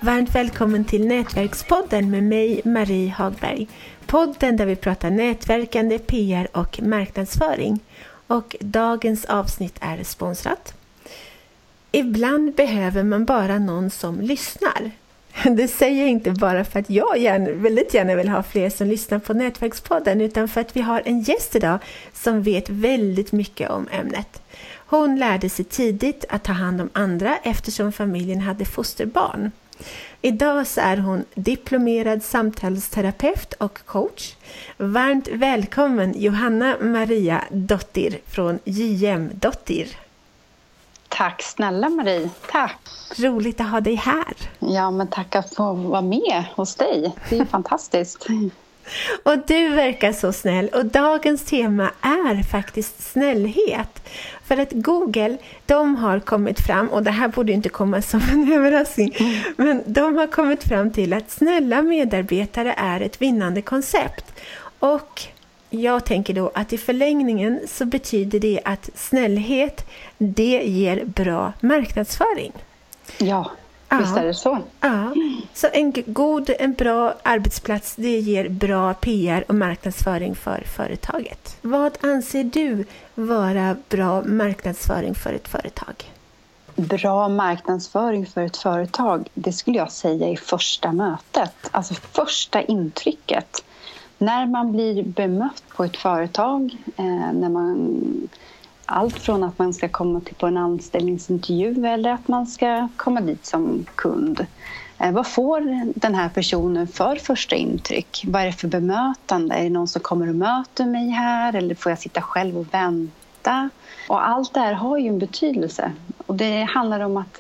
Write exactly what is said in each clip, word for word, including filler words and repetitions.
Varmt välkommen till Nätverkspodden med mig, Marie Hagberg. Podden där vi pratar nätverkande, P R och marknadsföring. Och dagens avsnitt är sponsrat. Ibland behöver man bara någon som lyssnar. Det säger jag inte bara för att jag gärna, väldigt gärna vill ha fler som lyssnar på Nätverkspodden, utan för att vi har en gäst idag som vet väldigt mycket om ämnet. Hon lärde sig tidigt att ta hand om andra eftersom familjen hade fosterbarn. Idag så är hon diplomerad samtalsterapeut och coach. Varmt välkommen Johanna Maria Dottir från J M Dottir. Tack snälla Marie, tack. Roligt att ha dig här. Ja, men tack att få vara med hos dig. Det är fantastiskt. Och du verkar så snäll, och dagens tema är faktiskt snällhet. För att Google, de har kommit fram, och det här borde inte komma som en överraskning, mm. men de har kommit fram till att snälla medarbetare är ett vinnande koncept. Och jag tänker då att i förlängningen så betyder det att snällhet, det ger bra marknadsföring. Ja. Visst är det så? Ja, så en god, en bra arbetsplats, det ger bra P R och marknadsföring för företaget. Vad anser du vara bra marknadsföring för ett företag? Bra marknadsföring för ett företag, det skulle jag säga i första mötet. Alltså första intrycket. När man blir bemött på ett företag, eh, när man... Allt från att man ska komma till på en anställningsintervju eller att man ska komma dit som kund. Eh, vad får den här personen för första intryck? Vad är det för bemötande? Är det någon som kommer och möter mig här? Eller får jag sitta själv och vänta? Och allt det här har ju en betydelse. Och det handlar om att...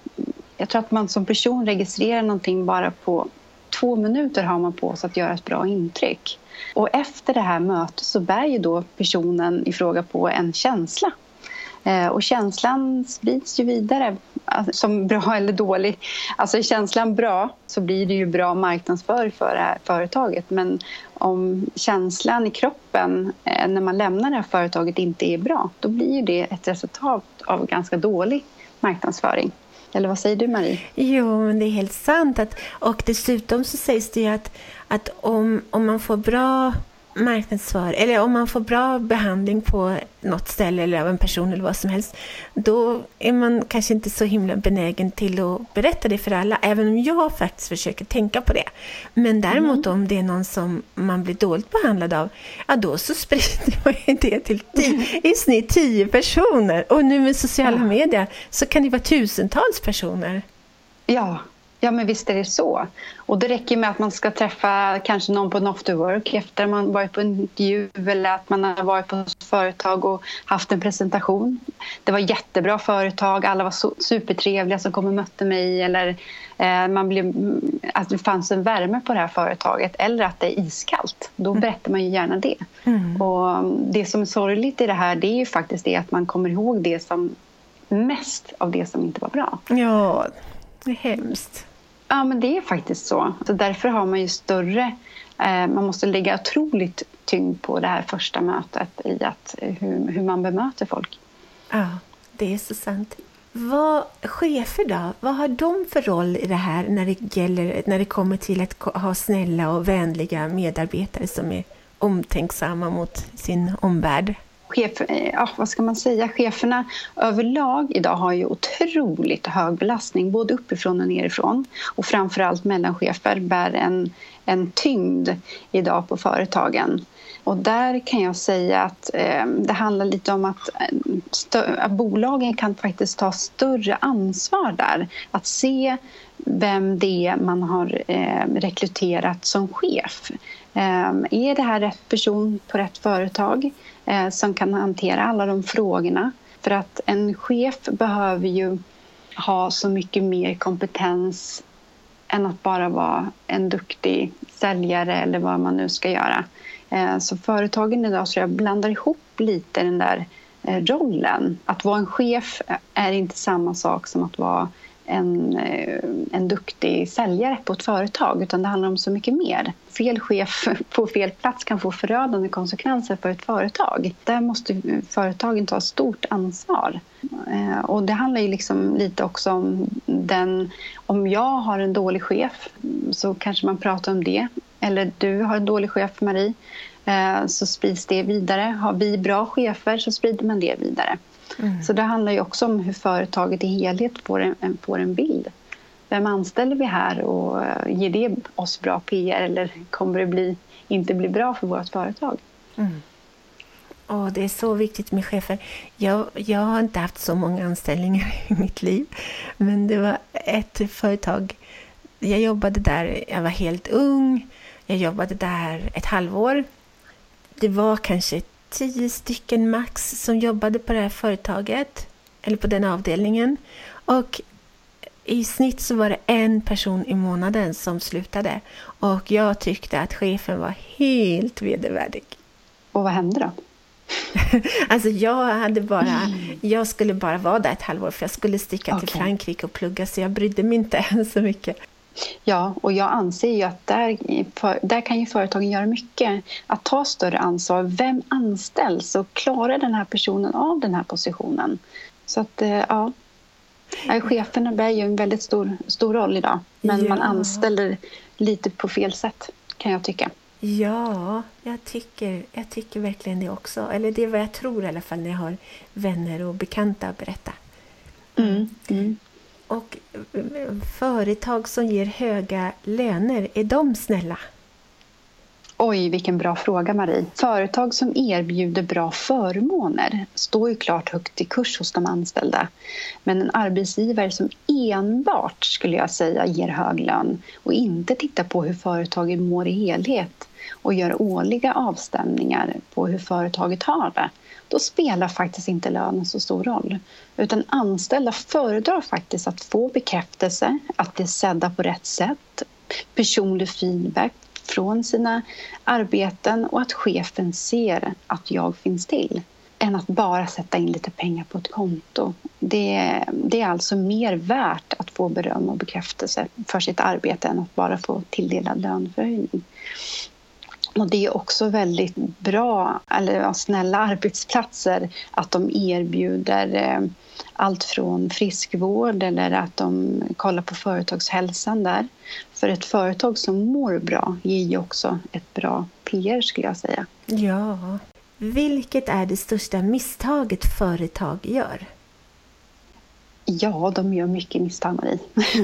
Jag tror att man som person registrerar någonting bara på två minuter har man på sig att göra ett bra intryck. Och efter det här mötet så bär ju då personen i fråga på en känsla. Eh, och känslan sprids ju vidare, alltså, som bra eller dålig. Alltså är känslan bra så blir det ju bra marknadsföring för det här företaget. Men om känslan i kroppen eh, när man lämnar det här företaget inte är bra, då blir ju det ett resultat av ganska dålig marknadsföring. Eller vad säger du, Marie? Jo, men det är helt sant. Att, och dessutom så sägs det ju att, att om, om man får bra marknadsföring, eller om man får bra behandling på något ställe eller av en person eller vad som helst, då är man kanske inte så himla benägen till att berätta det för alla, även om jag faktiskt försöker tänka på det. Men däremot mm. om det är någon som man blir dåligt behandlad av, ja då så sprider man det till tio, i snitt tio personer. Och nu med sociala ja. medier så kan det vara tusentals personer. Ja. Ja, men visst är det så. Och det räcker med att man ska träffa kanske någon på en afterwork efter man varit på en intervju eller att man har varit på ett företag och haft en presentation. Det var jättebra företag, alla var supertrevliga som kom och mötte mig, eller eh, man blev, att det fanns en värme på det här företaget, eller att det är iskallt. Då mm. berättar man ju gärna det. Mm. Och det som är sorgligt i det här, det är ju faktiskt det att man kommer ihåg det som mest av det som inte var bra. Ja, det är hemskt. Ja, men det är faktiskt så. Så därför har man ju större... Eh, man måste lägga otroligt tyngd på det här första mötet i att, hur, hur man bemöter folk. Ja, det är så sant. Vad chefer då? Vad har de för roll i det här när det gäller, när det kommer till att ha snälla och vänliga medarbetare som är omtänksamma mot sin omvärld? Chef, ja, vad ska man säga? Cheferna överlag idag har ju otroligt hög belastning både uppifrån och nerifrån. Och framförallt mellanchefer bär en, en tyngd idag på företagen. Och där kan jag säga att eh, det handlar lite om att, stö- att bolagen kan faktiskt ta större ansvar där. Att se vem det är man har eh, rekryterat som chef. Eh, är det här rätt person på rätt företag eh, som kan hantera alla de frågorna? För att en chef behöver ju ha så mycket mer kompetens än att bara vara en duktig säljare eller vad man nu ska göra. Eh, så företagen idag så jag blandar ihop lite den där eh, rollen. Att vara en chef är inte samma sak som att vara en, en duktig säljare på ett företag, utan det handlar om så mycket mer. Fel chef på fel plats kan få förödande konsekvenser för ett företag. Där måste företagen ta stort ansvar. Och det handlar ju liksom lite också om den, om jag har en dålig chef så kanske man pratar om det. Eller du har en dålig chef, Marie, så sprids det vidare. Har vi bra chefer så sprider man det vidare. Mm. Så det handlar ju också om hur företaget i helhet får en, får en bild. Vem anställer vi här och ger det oss bra P R eller kommer det bli, inte bli bra för vårt företag? Mm. Och det är så viktigt med chefer. Jag, jag har inte haft så många anställningar i mitt liv. Men det var ett företag. Jag jobbade där, jag var helt ung. Jag jobbade där ett halvår. Det var kanske tio stycken max som jobbade på det här företaget. Eller på den avdelningen. Och i snitt så var det en person i månaden som slutade. Och jag tyckte att chefen var helt vedervärdig. Och vad hände då? Alltså jag hade bara jag skulle bara vara där ett halvår för jag skulle sticka okay. till Frankrike och plugga, så jag brydde mig inte så mycket. Ja, och jag anser ju att där, där kan ju företagen göra mycket. Att ta större ansvar. Vem anställs och klarar den här personen av den här positionen? Så att, ja. Cheferna bär ju en väldigt stor, stor roll idag. Men ja. Man anställer lite på fel sätt, kan jag tycka. Ja, jag tycker, jag tycker verkligen det också. Eller det är vad jag tror i alla fall när jag har vänner och bekanta att berätta. Mm, mm. Och företag som ger höga löner, är de snälla? Oj, vilken bra fråga, Marie. Företag som erbjuder bra förmåner står ju klart högt i kurs hos de anställda. Men en arbetsgivare som enbart, skulle jag säga, ger hög lön och inte tittar på hur företaget mår i helhet och gör årliga avstämningar på hur företaget har det, då spelar faktiskt inte lönen så stor roll. Utan anställda föredrar faktiskt att få bekräftelse, att bli sedda på rätt sätt, personlig feedback från sina arbeten och att chefen ser att jag finns till, än att bara sätta in lite pengar på ett konto. Det, det är alltså mer värt att få beröm och bekräftelse för sitt arbete än att bara få tilldelad löneförhöjning. Och det är också väldigt bra, eller snälla arbetsplatser, att de erbjuder eh, allt från friskvård eller att de kollar på företagshälsan där. För ett företag som mår bra ger ju också ett bra P R, skulle jag säga. Ja. Vilket är det största misstaget företag gör? Ja, de gör mycket misstag, Marie.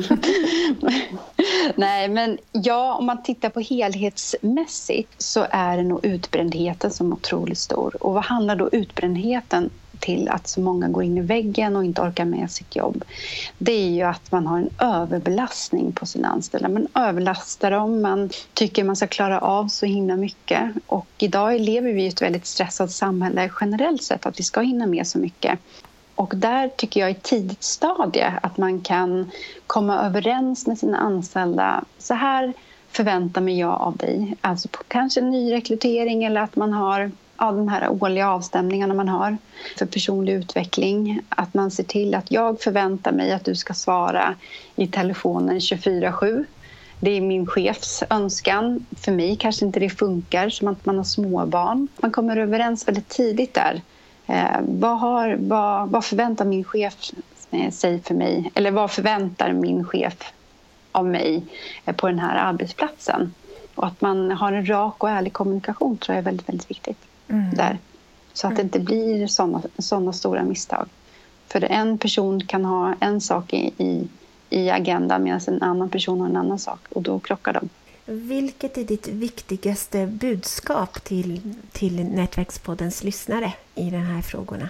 Nej, men ja, om man tittar på helhetsmässigt så är det nog utbrändheten som är otroligt stor. Och vad handlar då utbrändheten till att så många går in i väggen och inte orkar med sitt jobb? Det är ju att man har en överbelastning på sina anställda. Man överlastar dem, man tycker man ska klara av så himla mycket. Och idag lever vi i ett väldigt stressat samhälle generellt sett, att vi ska hinna med så mycket. Och där tycker jag i tidigt stadie att man kan komma överens med sina anställda. Så här förväntar mig jag av dig. Alltså på kanske nyrekrytering eller att man har ja, de här årliga avstämningarna man har för personlig utveckling. Att man ser till att jag förväntar mig att du ska svara i telefonen tjugofyra sju. Det är min chefs önskan. För mig kanske inte det funkar som att man har småbarn. Man kommer överens väldigt tidigt där. Eh, vad, har, vad, vad förväntar min chef sig för mig? Eller vad förväntar min chef av mig eh, på den här arbetsplatsen? Och att man har en rak och ärlig kommunikation tror jag är väldigt, väldigt viktigt. Mm. Där. Så att det inte blir sådana, sådana stora misstag. För en person kan ha en sak i, i, i agendan medan en annan person har en annan sak. Och då krockar de. Vilket är ditt viktigaste budskap till, till Nätverkspoddens lyssnare i de här frågorna?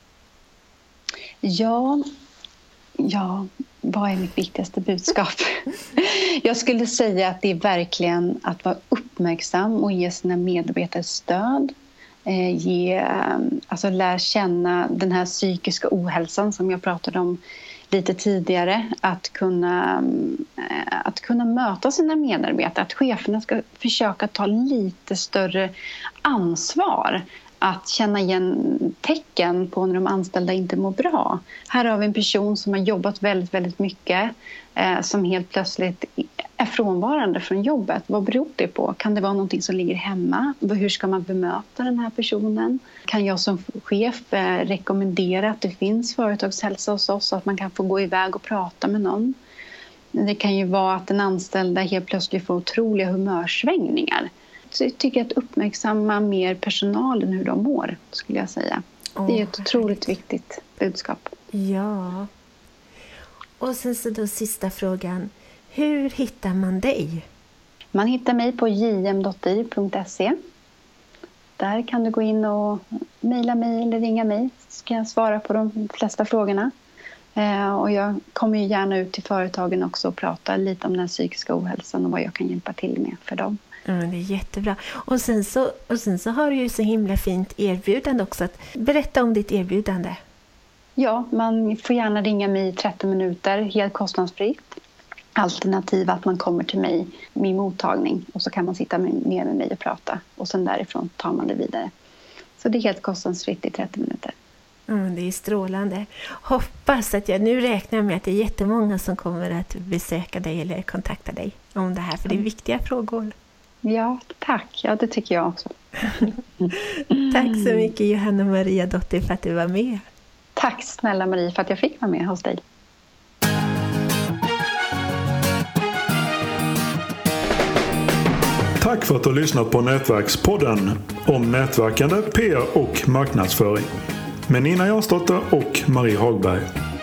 Ja, ja, vad är mitt viktigaste budskap? Jag skulle säga att det är verkligen att vara uppmärksam och ge sina medarbetare stöd. Eh, ge, alltså lär känna den här psykiska ohälsan som jag pratade om lite tidigare, att kunna, att kunna möta sina medarbetare, att cheferna ska försöka ta lite större ansvar. att känna igen tecken på när de anställda inte mår bra. Här har vi en person som har jobbat väldigt, väldigt mycket eh, som helt plötsligt är frånvarande från jobbet. Vad beror det på? Kan det vara någonting som ligger hemma? Hur ska man bemöta den här personen? Kan jag som chef eh, rekommendera att det finns företagshälsa hos oss så att man kan få gå iväg och prata med någon? Det kan ju vara att den anställda helt plötsligt får otroliga humörsvängningar. Så jag tycker att uppmärksamma mer personalen hur de mår, skulle jag säga. Oh, det är ett otroligt viktigt budskap. Ja. Och sen så då sista frågan. Hur hittar man dig? Man hittar mig på j m dot i punkt se. Där kan du gå in och mejla mig eller ringa mig. Så kan jag svara på de flesta frågorna. Eh, och jag kommer ju gärna ut till företagen också och prata lite om den psykiska ohälsan och vad jag kan hjälpa till med för dem. Mm, det är jättebra. Och sen, så, och sen så har du ju så himla fint erbjudande också. Att berätta om ditt erbjudande. Ja, man får gärna ringa mig i trettio minuter, helt kostnadsfritt. Alternativ att man kommer till mig, min mottagning. Och så kan man sitta ner med mig och prata. Och sen därifrån tar man det vidare. Så det är helt kostnadsfritt i trettio minuter. Mm, det är strålande. Hoppas att jag, nu räknar jag med att det är jättemånga som kommer att besöka dig eller kontakta dig om det här. För det är viktiga frågor. Ja, tack. Ja, det tycker jag också. Tack så mycket Johanna Maria Dotter för att du var med. Tack snälla Marie för att jag fick vara med hos dig. Tack för att du har lyssnat på Nätverkspodden om nätverkande, P R och marknadsföring med Nina Jansdotter och Marie Hagberg.